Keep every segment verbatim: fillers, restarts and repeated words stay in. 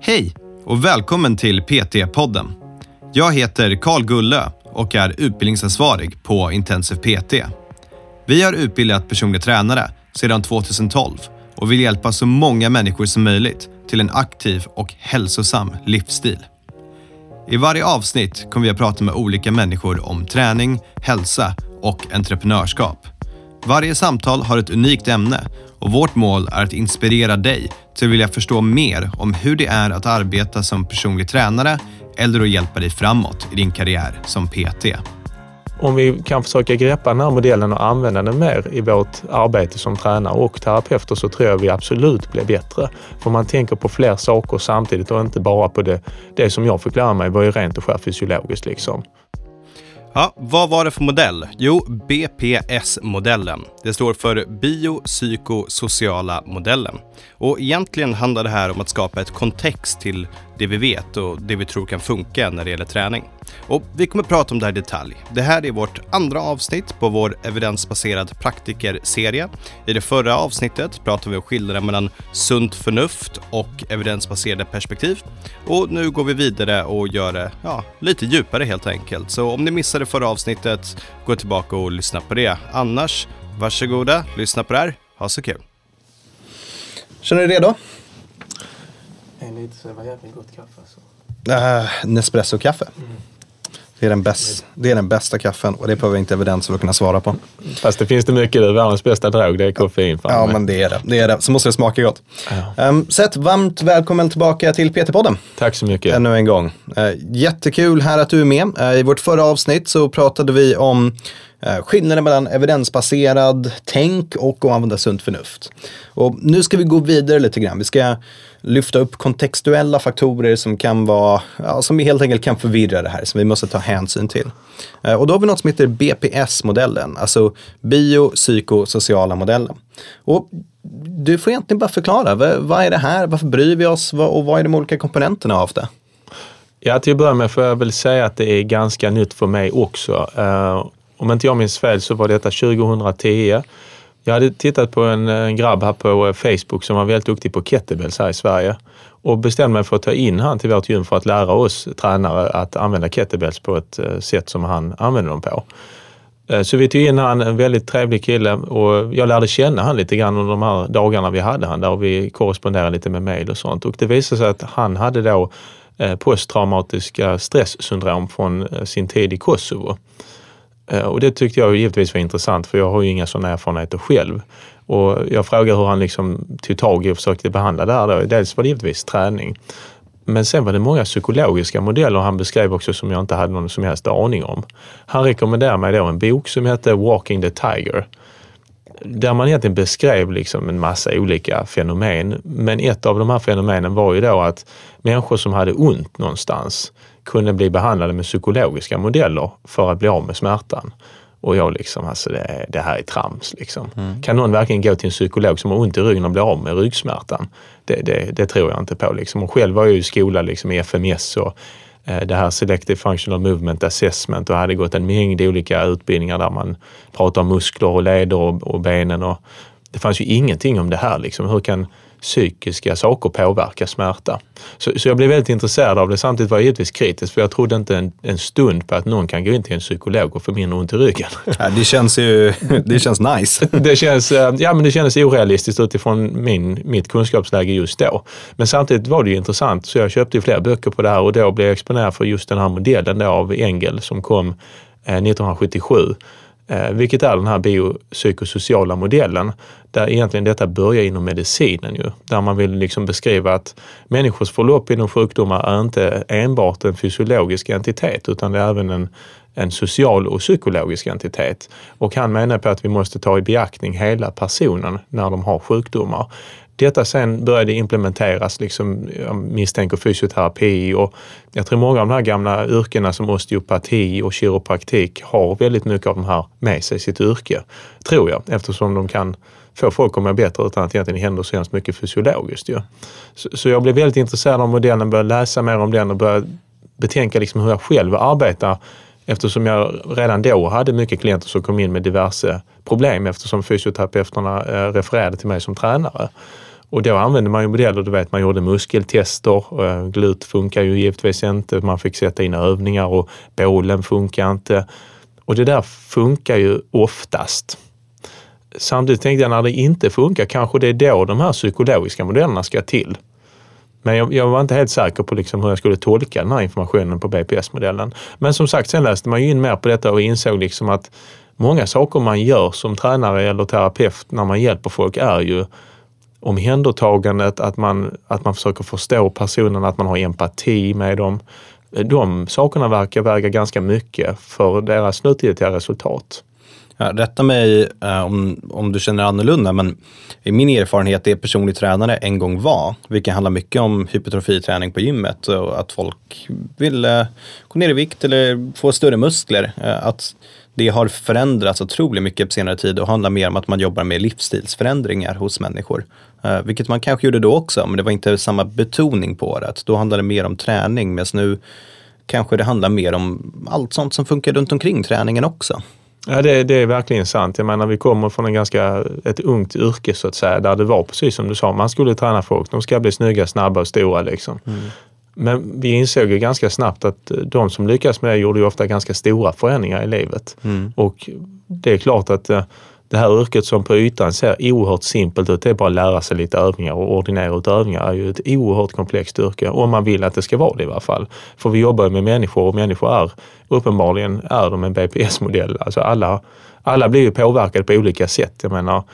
Hej och välkommen till P T-podden. Jag heter Carl Gullö och är utbildningsansvarig på Intensiv P T. Vi har utbildat personliga tränare sedan tjugohundratolv och vill hjälpa så många människor som möjligt till en aktiv och hälsosam livsstil. I varje avsnitt kommer vi att prata med olika människor om träning, hälsa och entreprenörskap. Varje samtal har ett unikt ämne och vårt mål är att inspirera dig till att vilja förstå mer om hur det är att arbeta som personlig tränare eller att hjälpa dig framåt i din karriär som P T. Om vi kan försöka greppa den här modellen och använda den mer i vårt arbete som tränare och terapeuter, så tror jag vi absolut blir bättre. För man tänker på fler saker samtidigt och inte bara på det, det som jag fick lära mig var ju rent och skärt fysiologiskt liksom. Ja, vad var det för modell? Jo, B P S-modellen. Det står för biopsykosociala modellen. Och egentligen handlar det här om att skapa ett kontext till det vi vet och det vi tror kan funka när det gäller träning. Och vi kommer att prata om det här i detalj. Det här är vårt andra avsnitt på vår evidensbaserad praktikerserie. I det förra avsnittet pratade vi om skillnaden mellan sunt förnuft och evidensbaserade perspektiv. Och nu går vi vidare och gör det ja, lite djupare helt enkelt. Så om ni missade förra avsnittet, gå tillbaka och lyssna på det. Annars, varsågoda, lyssna på det här. Ha så kul. Känner du dig redo? En lite så var jävligt gott kaffe alltså. Uh, Nespresso-kaffe. Mm. Det är, den bäst, det är den bästa kaffen och det behöver inte evidens för att kunna svara på. Fast det finns det mycket, det är världens bästa drog, det är koffein. Ja, men det är det. det är det. Så måste det smaka gott. Ja. Um, Seth, varmt välkommen tillbaka till P T-podden. Tack så mycket. Ännu en gång. Uh, jättekul här att du är med. Uh, I vårt förra avsnitt så pratade vi om uh, skillnaden mellan evidensbaserad tänk och att använda sunt förnuft. Och nu ska vi gå vidare lite grann. Vi ska lyfta upp kontextuella faktorer som kan vara, ja, som helt enkelt kan förvirra det här, som vi måste ta hänsyn till. Eh, och då har vi något som heter B P S-modellen, alltså biopsykosociala modellen. Och du får egentligen bara förklara, vad, vad är det här, varför bryr vi oss vad, och vad är de olika komponenterna av det? Ja, till att börja med får jag väl säga att det är ganska nytt för mig också. Uh, om inte jag minns fel så var detta tjugohundratio. Jag hade tittat på en, en grabb här på Facebook som var väldigt duktig på kettlebells här i Sverige och bestämde mig för att ta in han till vårt gym för att lära oss tränare att använda kettlebells på ett sätt som han använder dem på. Så vi tog in han, en väldigt trevlig kille, och jag lärde känna han lite grann under de här dagarna vi hade han där vi korresponderade lite med mejl och sånt. Och det visade sig att han hade då posttraumatiska stresssyndrom från sin tid i Kosovo. Och det tyckte jag givetvis var intressant, för jag har ju inga sådana erfarenheter själv. Och jag frågade hur han liksom tog tag i och försökte behandla det här då. Dels var det givetvis träning. Men sen var det många psykologiska modeller han beskrev också som jag inte hade någon som helst aning om. Han rekommenderade mig då en bok som heter Walking the Tiger. Där man egentligen beskrev liksom en massa olika fenomen. Men ett av de här fenomenen var ju då att människor som hade ont någonstans kunde bli behandlade med psykologiska modeller för att bli av med smärtan. Och jag liksom, alltså det, det här är trams liksom. Mm. Kan någon verkligen gå till en psykolog som har ont i ryggen och bli av med ryggsmärtan? Det, det, det tror jag inte på liksom. Och själv var jag ju i skola liksom i F M S och eh, det här Selective Functional Movement Assessment och hade gått en mängd olika utbildningar där man pratar om muskler och leder och, och benen, och det fanns ju ingenting om det här liksom. Hur kan psykiska saker påverka smärta? Så, så jag blev väldigt intresserad av det. Samtidigt var jag givetvis kritisk, för jag trodde inte en, en stund på att någon kan gå in till en psykolog och få mindre ont i ryggen. Ja, det känns ju, det känns nice. Det känns, ja, men det kändes orealistiskt utifrån min, mitt kunskapsläge just då. Men samtidigt var det ju intressant, så jag köpte ju fler böcker på det här och då blev jag exponerad för just den här modellen då av Engel som kom eh, nittonhundrasjuttiosju. Eh, vilket är den här biopsykosociala modellen, där egentligen detta börjar inom medicinen ju, där man vill liksom beskriva att människors förlopp inom sjukdomar är inte enbart en fysiologisk entitet, utan det är även en, en social och psykologisk entitet. Och han menar på att vi måste ta i beaktning hela personen när de har sjukdomar. Detta sen började implementeras, liksom, jag misstänker fysioterapi, och jag tror många av de här gamla yrkena som osteopati och kiropraktik har väldigt mycket av de här med sig i sitt yrke, tror jag, eftersom de kan få folk att må bättre utan att egentligen händer så hemskt mycket fysiologiskt. Ja. Så, så jag blev väldigt intresserad av modellen, började läsa mer om den och började betänka liksom hur jag själv arbetar, eftersom jag redan då hade mycket klienter som kom in med diverse problem, eftersom fysioterapeuterna refererade till mig som tränare. Och då använde man ju modeller, du vet, man gjorde muskeltester, glut funkar ju givetvis inte, man fick sätta in övningar och bålen funkar inte. Och det där funkar ju oftast. Samtidigt tänkte jag, när det inte funkar, kanske det är då de här psykologiska modellerna ska till. Men jag, jag var inte helt säker på liksom hur jag skulle tolka den här informationen på B P S-modellen. Men som sagt, sen läste man ju in mer på detta och insåg liksom att många saker man gör som tränare eller terapeut när man hjälper folk är ju omhändertagandet, att man, att man försöker förstå personen, att man har empati med dem. De sakerna verkar väga ganska mycket för deras slutgiltiga resultat. Ja, rätta mig eh, om, om du känner annorlunda, men i min erfarenhet är personlig tränare en gång var, vilket handlar mycket om hypertrofiträning på gymmet och att folk vill eh, gå ner i vikt eller få större muskler. Eh, att det har förändrats otroligt mycket på senare tid och handlar mer om att man jobbar med livsstilsförändringar hos människor. Eh, vilket man kanske gjorde då också, men det var inte samma betoning på det. Då handlade det mer om träning, men nu kanske det handlar mer om allt sånt som funkar runt omkring träningen också. Ja, det, det är verkligen sant. Jag menar, vi kommer från en ganska, ett ungt yrke så att säga, där det var precis som du sa, man skulle träna folk, de ska bli snygga, snabba och stora liksom. Mm. Men vi insåg ju ganska snabbt att de som lyckas med det gjorde ju ofta ganska stora förändringar i livet. Mm. Och det är klart att det här yrket som på ytan ser oerhört simpelt ut, det är bara att lära sig lite övningar och ordinera ut övningar är ju ett oerhört komplext yrke, om man vill att det ska vara det i alla fall. För vi jobbar med människor och människor är uppenbarligen är de en B P S-modell. Alltså alla, alla blir ju påverkade på olika sätt. Jag menar,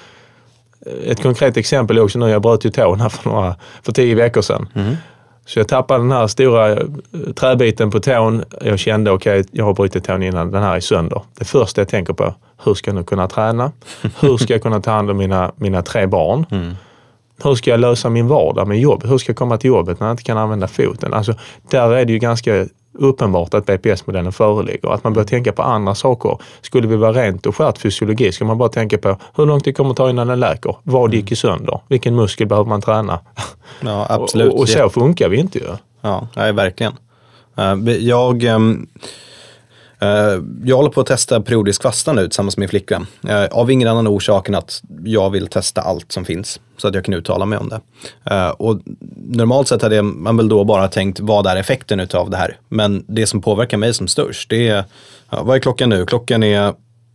ett konkret exempel är också nu, jag bröt ju tån här för, några, för tio veckor sedan. Mm. Så jag tappade den här stora träbiten på tån. Jag kände, okej, okay, jag har brutit tån innan, den här är sönder. Det första jag tänker på, hur ska jag nu kunna träna? Hur ska jag kunna ta hand om mina, mina tre barn? Mm. Hur ska jag lösa min vardag med jobb? Hur ska jag komma till jobbet när jag inte kan använda foten? Alltså, där är det ju ganska uppenbart att B P S-modellen föreligger. Att man bör tänka på andra saker. Skulle vi vara rent och skärt fysiologi, ska man bara tänka på hur långt det kommer ta innan den läker. Vad gick i sönder? Vilken muskel behöver man träna? Ja, absolut. och, och så funkar vi inte ju. Ja, nej, verkligen. Jag... Um... Uh, jag håller på att testa periodisk fasta nu tillsammans med min flickvän. Uh, av ingen annan orsak än att jag vill testa allt som finns så att jag kan uttala mig om det. Uh, och normalt sett hade man väl då bara tänkt, vad är effekten utav det här? Men det som påverkar mig som störst, det är, uh, vad är klockan nu? Klockan är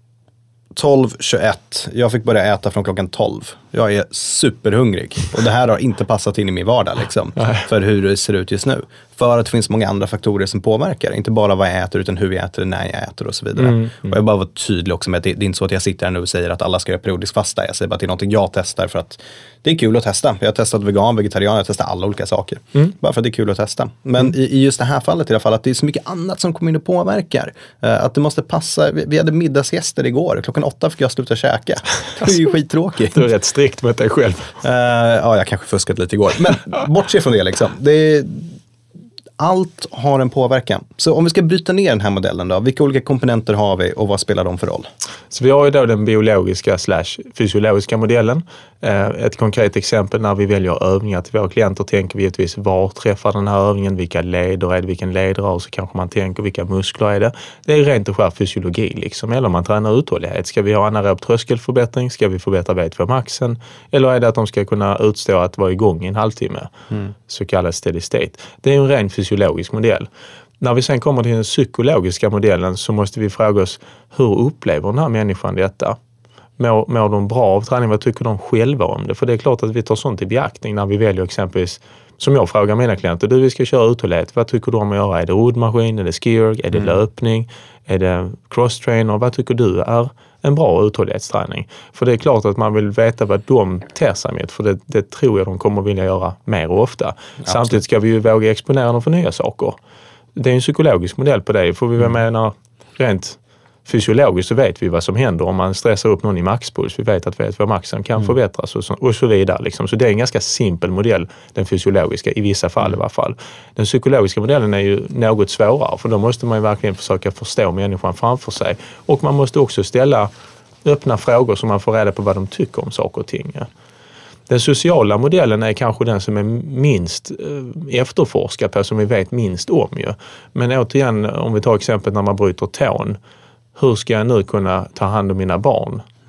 tolv tjugoett. Jag fick börja äta från klockan tolv. Jag är superhungrig. Och det här har inte passat in i min vardag liksom, för hur det ser ut just nu. För att det finns många andra faktorer som påverkar. Inte bara vad jag äter, utan hur jag äter, när jag äter och så vidare. Mm, mm. Och jag bara var tydlig också med att det, det är inte så att jag sitter här nu och säger att alla ska göra periodisk fasta. Jag säger bara att det är någonting jag testar för att det är kul att testa. Jag har testat vegan, vegetarian, jag har testat alla olika saker. Mm. Bara för att det är kul att testa. Men mm. i, i just det här fallet i alla fall, att det är så mycket annat som kommer in och påverkar. Uh, att det måste passa. Vi, vi hade middagsgäster igår. Klockan åtta fick jag sluta käka. Det är ju skittråkigt. Du är rätt strikt med dig själv. Uh, ja, jag kanske fuskat lite igår. Men bortse från det liksom. Det är... Allt har en påverkan. Så om vi ska bryta ner den här modellen då, vilka olika komponenter har vi och vad spelar de för roll? Så vi har ju då den biologiska slash fysiologiska modellen. Ett konkret exempel, när vi väljer övningar till våra klienter tänker vi givetvis, var träffar den här övningen, vilka leder är det, vilken ledrörelse kanske man tänker, vilka muskler är det. Det är rent och skär fysiologi liksom. Eller om man tränar uthållighet, ska vi ha anaerob tröskelförbättring, ska vi förbättra V två maxen, eller är det att de ska kunna utstå att vara igång i en halvtimme, mm. så kallad steady state. Det är en ren fysiologisk modell. När vi sen kommer till den psykologiska modellen så måste vi fråga oss, hur upplever den här människan detta? Mår, mår de bra av träning? Vad tycker de själva om det? För det är klart att vi tar sånt i beaktning när vi väljer exempelvis, som jag frågar mina klienter, du, vi ska köra uthållighet, vad tycker du om att göra? Är det roddmaskin, är det skierg, är det mm. löpning, är det crosstrainer? Vad tycker du är en bra uthållighetsträning? För det är klart att man vill veta vad de ter sig med, för det, det tror jag de kommer vilja göra mer och ofta. Absolut. Samtidigt ska vi ju våga exponera dem för nya saker. Det är en psykologisk modell på det. Får vi vara med när rent fysiologiskt så vet vi vad som händer om man stressar upp någon i maxpuls. Vi vet att V två maxen kan mm. förbättras och så, och så vidare. Liksom. Så det är en ganska simpel modell, den fysiologiska, i vissa fall mm. i alla fall. Den psykologiska modellen är ju något svårare, för då måste man ju verkligen försöka förstå människan framför sig. Och man måste också ställa öppna frågor så man får reda på vad de tycker om saker och ting. Ja. Den sociala modellen är kanske den som är minst efterforskad på, som vi vet minst om ju. Men återigen, om vi tar exempel när man bryter tån. Hur ska jag nu kunna ta hand om mina barn?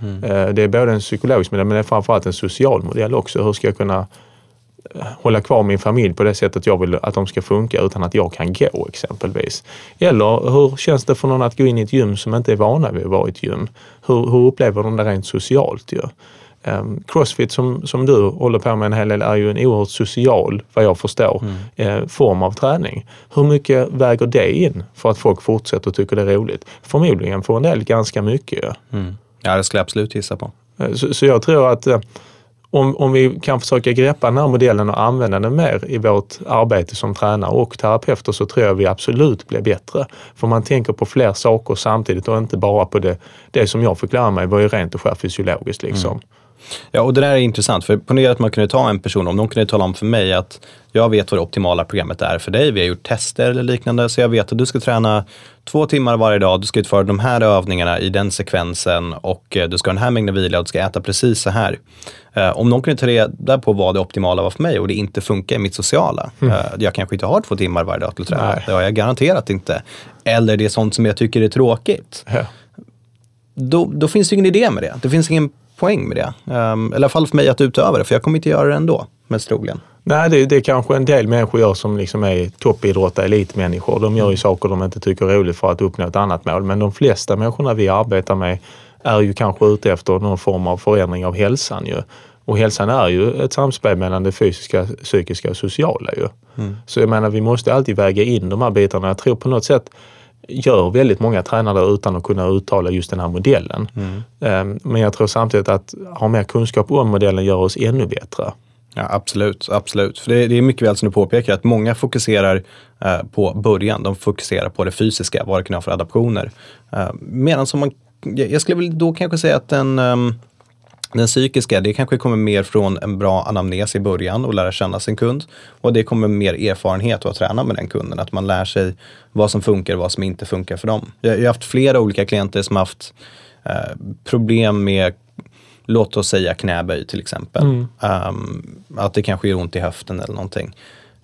Mm. Det är både en psykologisk modell, men det är framförallt en social modell också. Hur ska jag kunna hålla kvar min familj på det sättet jag vill att de ska funka utan att jag kan gå exempelvis. Eller hur känns det för någon att gå in i ett gym som inte är vana vid att vara i ett gym? Hur, hur upplever de det rent socialt ju? Um, Crossfit som, som du håller på med en hel del är ju en oerhört social, vad jag förstår, mm. eh, form av träning. Hur mycket väger det in för att folk fortsätter och tycker det är roligt? Förmodligen får en del ganska mycket. Ja, mm. ja det skulle jag absolut gissa på. Så, så jag tror att eh, om, om vi kan försöka greppa den här modellen och använda den mer i vårt arbete som tränare och terapeuter, så tror jag vi absolut blir bättre. För man tänker på fler saker samtidigt och inte bara på det, det som jag förklarar mig var ju rent och skär fysiologiskt liksom. Mm. Ja, och det där är intressant, för ponera att man kunde ta en person, om de kunde tala om för mig att jag vet vad det optimala programmet är för dig, vi har gjort tester eller liknande, så jag vet att du ska träna två timmar varje dag, du ska utföra de här övningarna i den sekvensen och du ska ha den här mängden vila och du ska äta precis så här. Uh, om någon kunde ta reda på vad det optimala var för mig och det inte funkar i mitt sociala, mm. uh, jag kanske inte har två timmar varje dag till att träna, Nej. det har jag garanterat inte. Eller det är sånt som jag tycker är tråkigt. Ja. Då, då finns det ingen idé med det, det finns ingen poäng med det. Um, I alla fall för mig att utöva det, för jag kommer inte göra det ändå, mest troligen. Nej, det, det är kanske en del människor gör som liksom är toppidrottare, elitmänniskor. De gör ju saker de inte tycker är roligt för att uppnå ett annat mål. Men de flesta människorna vi arbetar med är ju kanske ute efter någon form av förändring av hälsan ju. Och hälsan är ju ett samspel mellan det fysiska, psykiska och sociala ju. Mm. Så jag menar, vi måste alltid väga in de här bitarna. Jag tror på något sätt gör väldigt många tränare utan att kunna uttala just den här modellen. Mm. Men jag tror samtidigt att ha mer kunskap om modellen gör oss ännu bättre. Ja, absolut, absolut. För det, det är mycket väl som du påpekar att många fokuserar eh, på början. De fokuserar på det fysiska, vad det kan ha för adaptioner. Eh, medan som man, jag skulle väl då kanske säga att den, um, den psykiska, det kanske kommer mer från en bra anamnes i början och lära känna sin kund. Och det kommer mer erfarenhet att träna med den kunden. Att man lär sig vad som funkar och vad som inte funkar för dem. Jag, jag har haft flera olika klienter som har haft eh, problem med, låt oss säga knäböj till exempel. Mm. Um, att det kanske gör ont i höften eller någonting.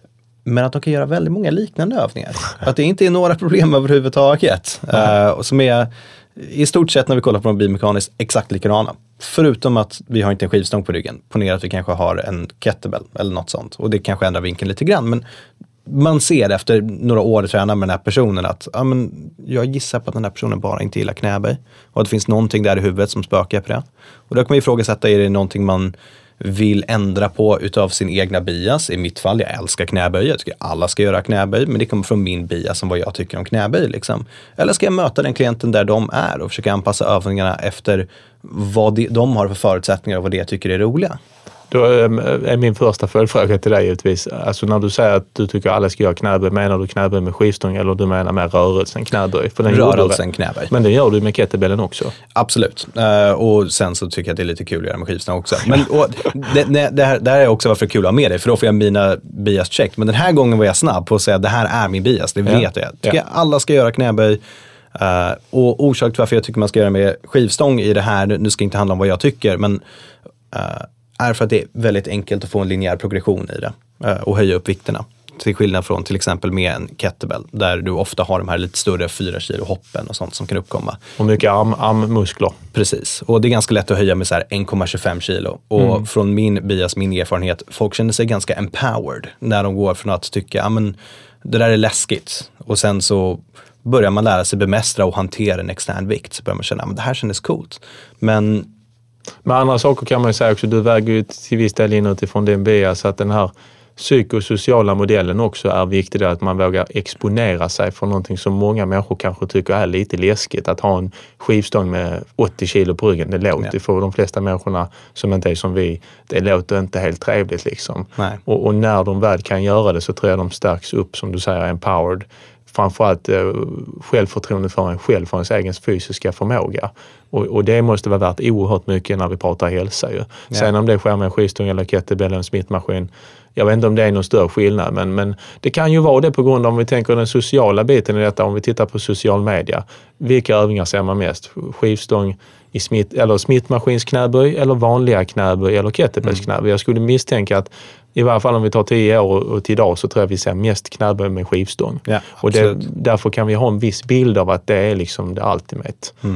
Men att de kan göra väldigt många liknande övningar. Att det inte är några problem överhuvudtaget. Mm. Uh, och som är i stort sett när vi kollar på de biomekaniskt exakt likadana. Förutom att vi har inte en skivstång på ryggen. Ponera att vi kanske har en kettlebell eller något sånt. Och det kanske ändrar vinkeln lite grann. Men man ser efter några år att träna med den här personen att ja, men jag gissar på att den här personen bara inte gillar knäböj. Och att det finns någonting där i huvudet som spökar på det. Och då kan man ifrågasätta, är det någonting man vill ändra på utav sin egna bias? I mitt fall, jag älskar knäböj. Jag tycker alla ska göra knäböj. Men det kommer från min bias som vad jag tycker om knäböj. Liksom. Eller ska jag möta den klienten där de är och försöka anpassa övningarna efter vad de, de har för förutsättningar och vad det jag tycker är roliga? Då är min första följdfråga till dig givetvis. Alltså när du säger att du tycker att alla ska göra knäböj, menar du knäböj med skivstång eller du menar med rörelsen knäböj? För den rörelsen knäböj. Men det gör du med kettlebellen också? Absolut. Uh, och sen så tycker jag att det är lite kul att göra med skivstång också. Men och, det, det, här, det här är också varför det är kul att ha med dig, för då får jag mina bias checked. Men den här gången var jag snabb på att säga att det här är min bias, det vet ja. jag. Tycker ja. jag alla ska göra knäböj. Uh, och orsak till varför jag tycker man ska göra med skivstång i det här, nu ska inte handla om vad jag tycker, men uh, är för att det är väldigt enkelt att få en linjär progression i det uh, och höja upp vikterna. Till skillnad från till exempel med en kettlebell där du ofta har de här lite större fyra kilo hoppen och sånt som kan uppkomma. Och mycket arm, armmuskler. Precis, och det är ganska lätt att höja med så här en komma tjugofem kilo. Och mm. från min bias, min erfarenhet, folk känner sig ganska empowered när de går från att tycka, ja men det där är läskigt. Och sen så börjar man lära sig bemästra och hantera en extern vikt. Så börjar man känna, ja men det här kändes coolt. Men med andra saker kan man ju säga också, du väger ju till viss del in utifrån din bias, att den här psykosociala modellen också är viktig, att man vågar exponera sig för någonting som många människor kanske tycker är lite läskigt. Att ha en skivstång med åttio kilo på ryggen, det låter ja. för de flesta människorna som inte är som vi, det låter inte helt trevligt liksom. Och, och när de väl kan göra det så tror jag de stärks upp, som du säger, empowered. Framförallt eh, självförtroende för en själv, för ens egen fysiska förmåga. Och, och det måste vara värt oerhört mycket när vi pratar hälsa. Ju. Ja. Sen om det sker med en skivstång eller kettlebell eller en smittmaskin, jag vet inte om det är någon större skillnad, men, men det kan ju vara det på grund av, om vi tänker den sociala biten i detta, om vi tittar på social media. Vilka övningar ser man mest? Skivstång i smitt, eller smittmaskinsknäböj eller vanliga knäböj eller kettlebellsknäböj? Mm. Jag skulle misstänka att i varje fall om vi tar tio år och till idag så tror jag vi ser mest knäböj med skivstång. Ja, och det, därför kan vi ha en viss bild av att det är liksom det ultimate. Mm.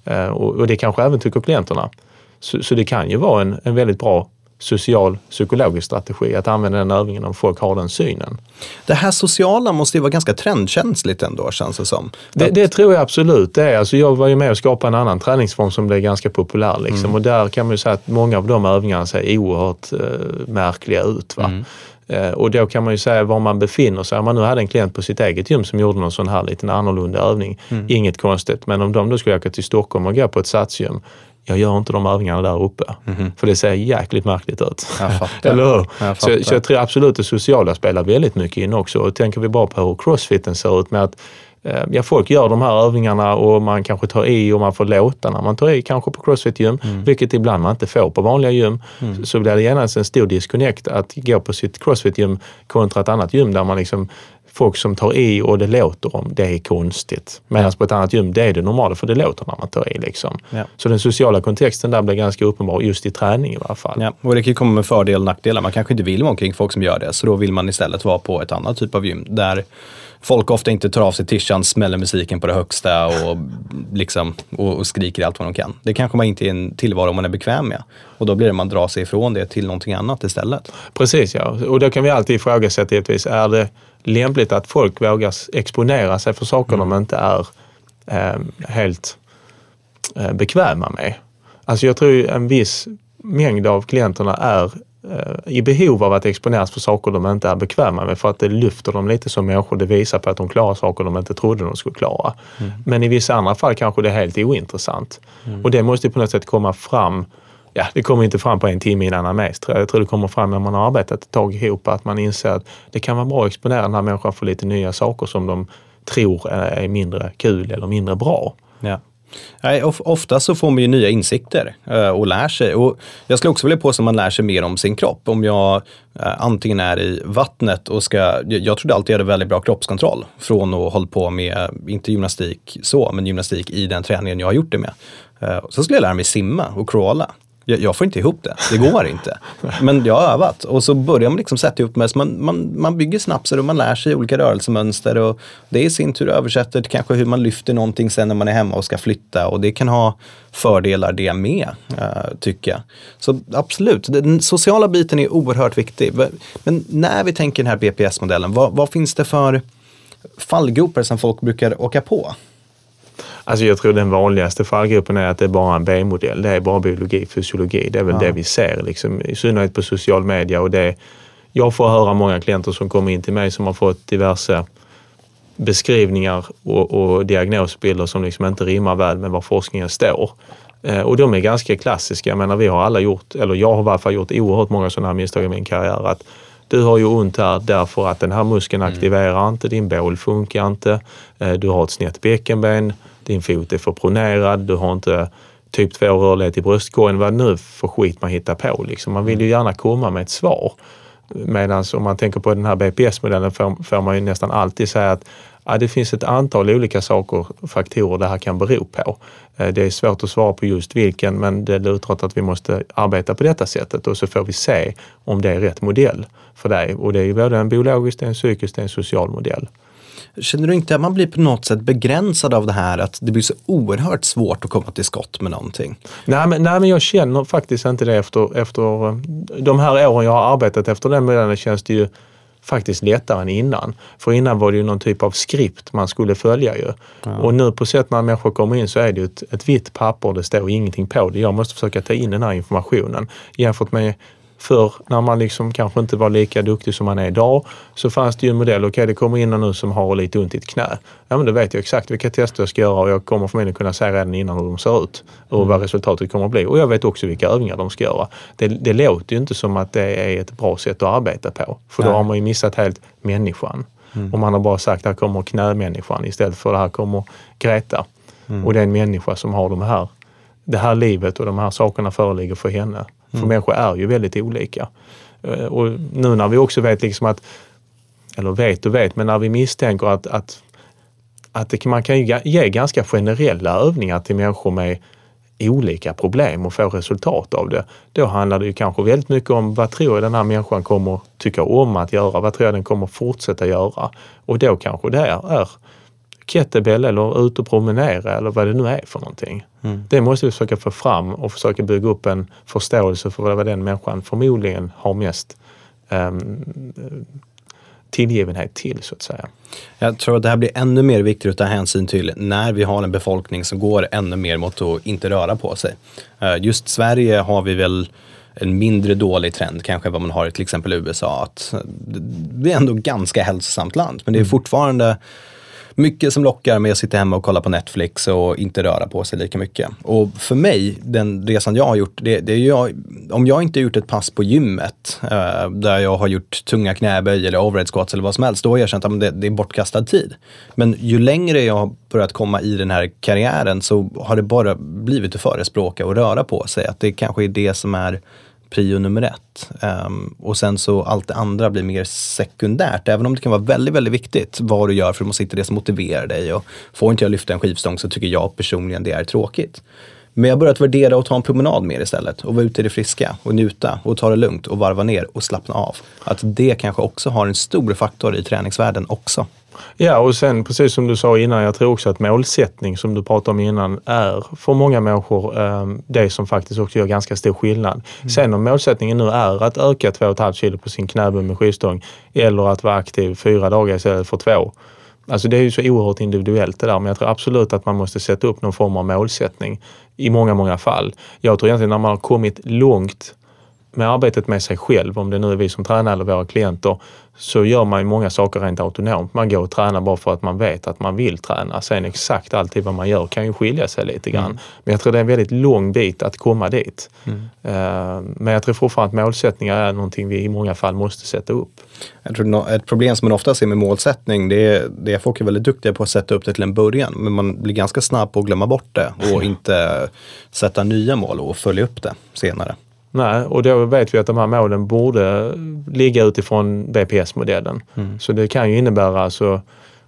Eh, och, och det kanske även tycker klienterna. Så, så det kan ju vara en, en väldigt bra social, psykologisk strategi att använda den övningen om folk har den synen. Det här sociala måste ju vara ganska trendkänsligt ändå, känns det som. Det, det tror jag absolut det är. Alltså jag var ju med och skapade en annan träningsform som blev ganska populär. Liksom. Mm. Och där kan man ju säga att många av de övningarna ser oerhört eh, märkliga ut. Va? Mm. Eh, och då kan man ju säga var man befinner sig. Om man nu hade en klient på sitt eget gym som gjorde någon sån här liten annorlunda övning. Mm. Inget konstigt. Men om de då skulle åka till Stockholm och gå på ett satsgym, jag gör inte de övningarna där uppe. Mm-hmm. För det ser jäkligt märkligt ut. Eller hur? Jag så, så jag tror absolut att det sociala spelar väldigt mycket in också. Och tänker vi bara på hur crossfiten ser ut med att eh, ja, folk gör de här övningarna och man kanske tar i och man får låta när man tar i kanske på crossfit-gym. Mm. Vilket ibland man inte får på vanliga gym. Mm. Så, så blir det genast en stor disconnect att gå på sitt crossfit-gym kontra ett annat gym där man liksom folk som tar i och det låter om, det är konstigt. Medan på ett annat gym, det är det normala för det låter när man tar i. Liksom. Ja. Så den sociala kontexten där blir ganska uppenbar just i träning i alla fall. Ja. Och det kan ju komma med fördel och nackdelar. Man kanske inte vill vara omkring folk som gör det. Så då vill man istället vara på ett annat typ av gym. Där folk ofta inte tar av sig tishan, smäller musiken på det högsta och, liksom, och, och skriker allt vad de kan. Det kanske man inte är en tillvaro man är bekväm med. Och då blir det man drar sig ifrån det till någonting annat istället. Precis, ja. Och då kan vi alltid ifrågasätta givetvis, är det lämpligt att folk vågar exponera sig för saker mm. de inte är eh, helt eh, bekväma med. Alltså jag tror en viss mängd av klienterna är eh, i behov av att exponeras för saker de inte är bekväma med, för att det lyfter dem lite som människor. Det visar på att de klarar saker de inte trodde de skulle klara. Mm. Men i vissa andra fall kanske det är helt ointressant. Mm. Och det måste på något sätt komma fram. Ja, det kommer inte fram på en timme innan anamnes. Jag tror det kommer fram när man har arbetat ett tag ihop, att man inser att det kan vara bra att exponera den här människan för lite nya saker som de tror är mindre kul eller mindre bra. Ja. Nej, ofta så får man ju nya insikter och lär sig. Och jag skulle också vilja påstå att man lär sig mer om sin kropp. Om jag antingen är i vattnet och ska... Jag trodde alltid jag hade väldigt bra kroppskontroll från att hålla på med, inte gymnastik så, men gymnastik i den träningen jag har gjort det med. Så skulle jag lära mig simma och crawla. Jag, jag får inte ihop det. Det går inte. Men jag har övat. Och så börjar man liksom sätta ihop med. Så man, man, man bygger snapsar och man lär sig olika rörelsemönster. Och det i sin tur översätter till kanske hur man lyfter någonting sen när man är hemma och ska flytta. Och det kan ha fördelar det med, uh, tycker jag. Så absolut, den sociala biten är oerhört viktig. Men när vi tänker den här B P S-modellen, vad, vad finns det för fallgropar som folk brukar åka på? Alltså jag tror den vanligaste fallgruppen är att det är bara en B-modell. Det är bara biologi, fysiologi. Det är väl ja. det vi ser, liksom, i synnerhet på social media. Och det, jag får höra många klienter som kommer in till mig som har fått diverse beskrivningar och, och diagnosbilder som liksom inte rimmar väl med var forskningen står. Eh, och de är ganska klassiska. Jag menar, vi har alla gjort, eller jag har i alla fall gjort oerhört många sådana här misstag i min karriär. Att du har ju ont här därför att den här muskeln aktiverar mm. inte, din bål funkar inte, eh, du har ett snett bäckenben, din fot är för pronerad, du har inte typ två rörlighet i bröstkorgen. Vad nu för skit man hittar på. Liksom. Man vill ju gärna komma med ett svar. Medan om man tänker på den här B P S-modellen får, får man ju nästan alltid säga att ja, det finns ett antal olika saker, faktorer det här kan bero på. Det är svårt att svara på just vilken, men det lutar åt att vi måste arbeta på detta sättet och så får vi se om det är rätt modell för dig. Och det är ju både en biologisk, en psykisk, en social modell. Känner du inte att man blir på något sätt begränsad av det här, att det blir så oerhört svårt att komma till skott med någonting? Nej, men, nej, men jag känner faktiskt inte det efter, efter de här åren jag har arbetat efter den modellen. Känns det ju faktiskt lättare än innan. För innan var det ju någon typ av skript man skulle följa ju. Ja. Och nu på sätt när människor kommer in så är det ju ett, ett vitt papper, det står ingenting på det. Jag måste försöka ta in den här informationen. Jämfört med för när man liksom kanske inte var lika duktig som man är idag, så fanns det ju en modell. Okej, okay, det kommer in nu som har lite ont i ett knä. Ja, men då vet jag exakt vilka tester jag ska göra och jag kommer förmodligen kunna säga redan innan hur de ser ut och mm. vad resultatet kommer att bli. Och jag vet också vilka övningar de ska göra. Det, det låter ju inte som att det är ett bra sätt att arbeta på. För då Nej. har man ju missat helt människan. Mm. Och man har bara sagt att här kommer knämänniskan istället för det här kommer Greta. Mm. Och det är en människa som har de här, det här livet och de här sakerna föreligger för henne. För mm. människor är ju väldigt olika. Och nu när vi också vet liksom att, eller vet och vet, men när vi misstänker att, att, att det, man kan ju ge ganska generella övningar till människor med olika problem och få resultat av det. Då handlar det ju kanske väldigt mycket om vad tror jag den här människan kommer tycka om att göra, vad tror jag den kommer fortsätta göra. Och då kanske det är, är kettlebell eller ut och promenera eller vad det nu är för någonting. Mm. Det måste vi försöka få fram och försöka bygga upp en förståelse för vad den människan förmodligen har mest um, tillgivenhet till, så att säga. Jag tror att det här blir ännu mer viktigt att ta hänsyn till när vi har en befolkning som går ännu mer mot att inte röra på sig. Just Sverige har vi väl en mindre dålig trend kanske vad man har i till exempel U S A. Att det är ändå ganska hälsosamt land, men det är fortfarande mycket som lockar med att sitta hemma och kolla på Netflix och inte röra på sig lika mycket. Och för mig, den resan jag har gjort, det, det är jag, om jag inte har gjort ett pass på gymmet eh, där jag har gjort tunga knäböj eller overhead squats eller vad som helst, då har jag känt att det, det är bortkastad tid. Men ju längre jag har börjat komma i den här karriären så har det bara blivit att förespråka och röra på sig. Att det kanske är det som är prio nummer ett. Um, och sen så allt det andra blir mer sekundärt. Även om det kan vara väldigt, väldigt viktigt vad du gör, för du måste hitta det som motiverar dig. Och får inte jag lyfta en skivstång så tycker jag personligen det är tråkigt. Men jag har börjat värdera och ta en promenad mer istället. Och vara ute i det friska och njuta och ta det lugnt och varva ner och slappna av. Att det kanske också har en stor faktor i träningsvärlden också. Ja, och sen precis som du sa innan, jag tror också att målsättning som du pratade om innan är för många människor eh, det som faktiskt också gör ganska stor skillnad. Mm. Sen om målsättningen nu är att öka två komma fem kilo på sin knäböj med skivstång eller att vara aktiv fyra dagar istället för två. Alltså det är ju så oerhört individuellt det där, men jag tror absolut att man måste sätta upp någon form av målsättning i många, många fall. Jag tror egentligen när man har kommit långt med arbetet med sig själv, om det nu är vi som tränar eller våra klienter, så gör man ju många saker rent autonomt. Man går och tränar bara för att man vet att man vill träna. Sen exakt alltid vad man gör kan ju skilja sig lite grann. Mm. Men jag tror det är en väldigt lång bit att komma dit. Mm. Uh, men jag tror fortfarande att målsättningar är någonting vi i många fall måste sätta upp. Jag tror ett problem som man ofta ser med målsättning, det är, det är folk är väldigt duktiga på att sätta upp det till en början. Men man blir ganska snabb på att glömma bort det och inte sätta nya mål och följa upp det senare. Nej, och då vet vi att de här målen borde ligga utifrån B P S-modellen. Mm. Så det kan ju innebära, alltså,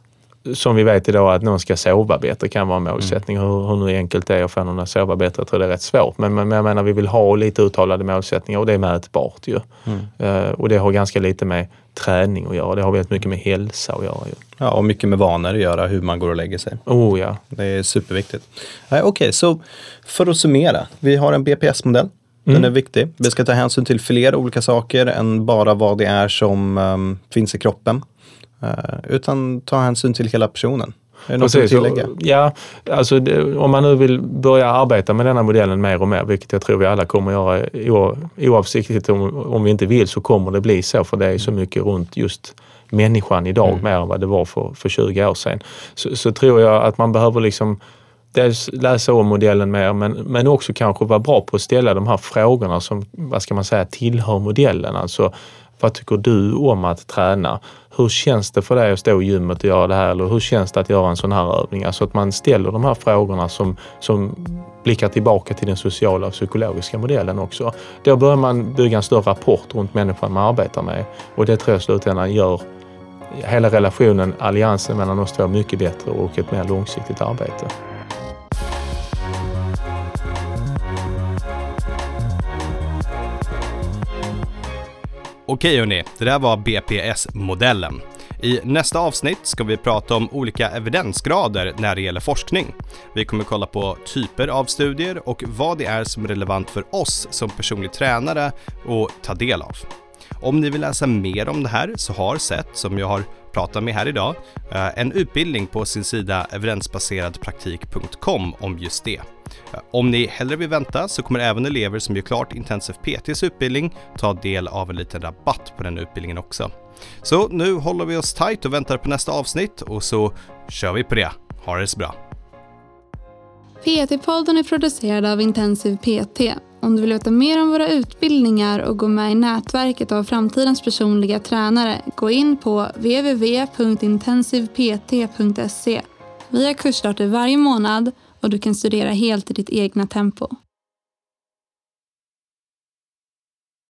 som vi vet idag, att någon ska sova bättre kan vara en målsättning. Mm. Hur, hur nu enkelt det är att få någon att sova bättre, jag tror det är rätt svårt. Men, men jag menar, vi vill ha lite uttalade målsättningar och det är mätbart ju. Mm. Uh, och det har ganska lite med träning att göra. Det har väldigt mycket med hälsa att göra ju. Ja, och mycket med vanor att göra, hur man går och lägger sig. Oh ja. Det är superviktigt. Okej, okay, så för att summera. Vi har en B P S-modell. Den mm. är viktig. Vi ska ta hänsyn till fler olika saker än bara vad det är som um, finns i kroppen. Uh, utan ta hänsyn till hela personen. Är det något att tillägga? Ja, alltså det, om man nu vill börja arbeta med denna modellen mer och mer, vilket jag tror vi alla kommer göra o, oavsiktligt om, om vi inte vill, så kommer det bli så, för det är så mycket runt just människan idag mm. mer än vad det var för, för tjugo år sedan. Så, så tror jag att man behöver liksom dels läsa om modellen mer, men, men också kanske vara bra på att ställa de här frågorna som, vad ska man säga, tillhör modellen. Alltså, vad tycker du om att träna? Hur känns det för dig att stå i gymmet och göra det här? Eller hur känns det att göra en sån här övning? Alltså att man ställer de här frågorna som, som blickar tillbaka till den sociala och psykologiska modellen också. Då börjar man bygga en större rapport runt människan man arbetar med. Och det tror jag slutändan gör hela relationen, alliansen mellan oss två mycket bättre och ett mer långsiktigt arbete. Okej hörni, det där var B P S-modellen. I nästa avsnitt ska vi prata om olika evidensgrader när det gäller forskning. Vi kommer kolla på typer av studier och vad det är som är relevant för oss som personlig tränare att ta del av. Om ni vill läsa mer om det här så har Seth, som jag har pratat med här idag, en utbildning på sin sida evidensbaseradpraktik punkt com om just det. Om ni hellre vill vänta så kommer även elever som gör klart Intensive P T:s utbildning ta del av en liten rabatt på den utbildningen också. Så nu håller vi oss tight och väntar på nästa avsnitt och så kör vi på det. Ha det så bra. P T-podden är producerad av Intensive P T. Om du vill veta mer om våra utbildningar och gå med i nätverket av framtidens personliga tränare, gå in på w w w punkt intensive p t punkt se. Vi har kursstarter varje månad och du kan studera helt i ditt egna tempo.